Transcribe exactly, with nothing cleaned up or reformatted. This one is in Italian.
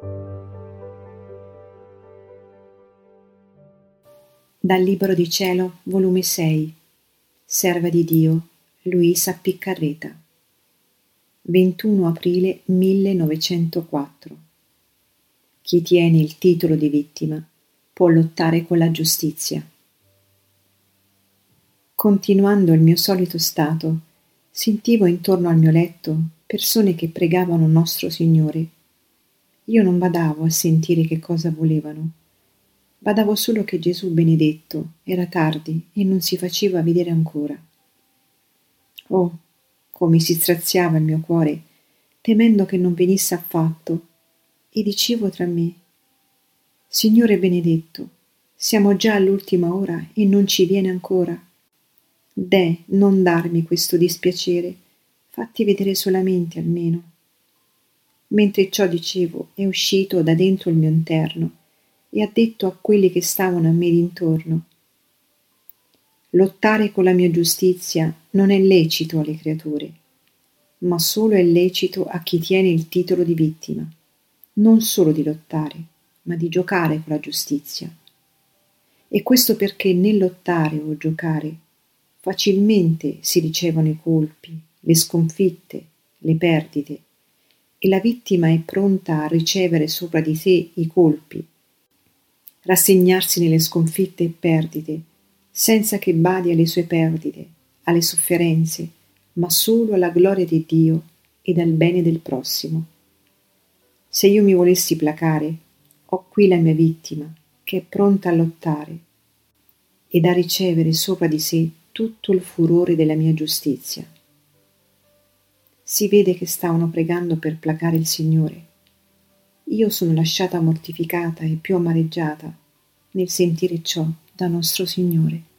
Dal Libro di Cielo, volume sei, Serva di Dio, Luisa Piccarreta, ventuno aprile millenovecentoquattro. Chi tiene il titolo di vittima può lottare con la giustizia. Continuando il mio solito stato, sentivo intorno al mio letto persone che pregavano Nostro Signore. Io non badavo a sentire che cosa volevano. Badavo solo che Gesù benedetto era tardi e non si faceva vedere ancora. Oh, come si straziava il mio cuore, temendo che non venisse affatto, e dicevo tra me: Signore benedetto, siamo già all'ultima ora e non ci viene ancora. Deh, non darmi questo dispiacere, fatti vedere solamente almeno. Mentre ciò dicevo, è uscito da dentro il mio interno e ha detto a quelli che stavano a me d'intorno: lottare con la mia giustizia non è lecito alle creature, ma solo è lecito a chi tiene il titolo di vittima, non solo di lottare, ma di giocare con la giustizia. E questo perché nel lottare o giocare facilmente si ricevono i colpi, le sconfitte, le perdite, e la vittima è pronta a ricevere sopra di sé i colpi, rassegnarsi nelle sconfitte e perdite, senza che badi alle sue perdite, alle sofferenze, ma solo alla gloria di Dio ed al bene del prossimo. Se io mi volessi placare, ho qui la mia vittima, che è pronta a lottare ed a ricevere sopra di sé tutto il furore della mia giustizia. Si vede che stavano pregando per placare il Signore. Io sono lasciata mortificata e più amareggiata nel sentire ciò da nostro Signore.